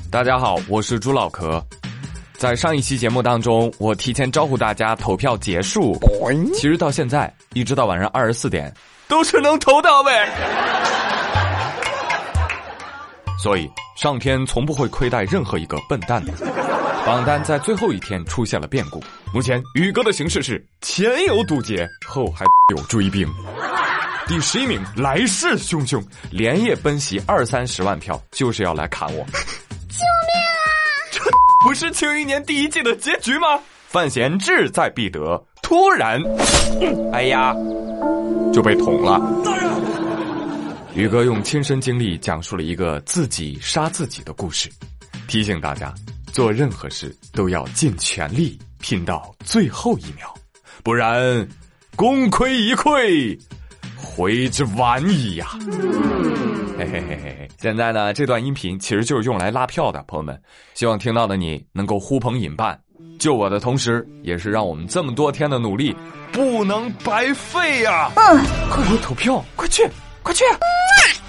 大家好，我是朱老壳。在上一期节目当中，我提前招呼大家投票结束，其实到现在一直到晚上24点都是能投到位。所以上天从不会亏待任何一个笨蛋的。榜单在最后一天出现了变故，目前宇哥的形势是前有堵截，后还有追兵。第11名来势汹汹，连夜奔袭20-30万票，就是要来砍我。 救命啊！ 这不是庆余年第1季的结局吗？范闲志在必得，突然，哎呀，就被捅了。宇哥用亲身经历讲述了一个自己杀自己的故事，提醒大家做任何事都要尽全力拼到最后1秒，不然功亏一篑，悔之晚矣呀！嘿嘿嘿嘿，现在呢，这段音频其实就是用来拉票的，朋友们，希望听到的你能够呼朋引伴，救我的同时，也是让我们这么多天的努力不能白费呀！快投票，快去，快去！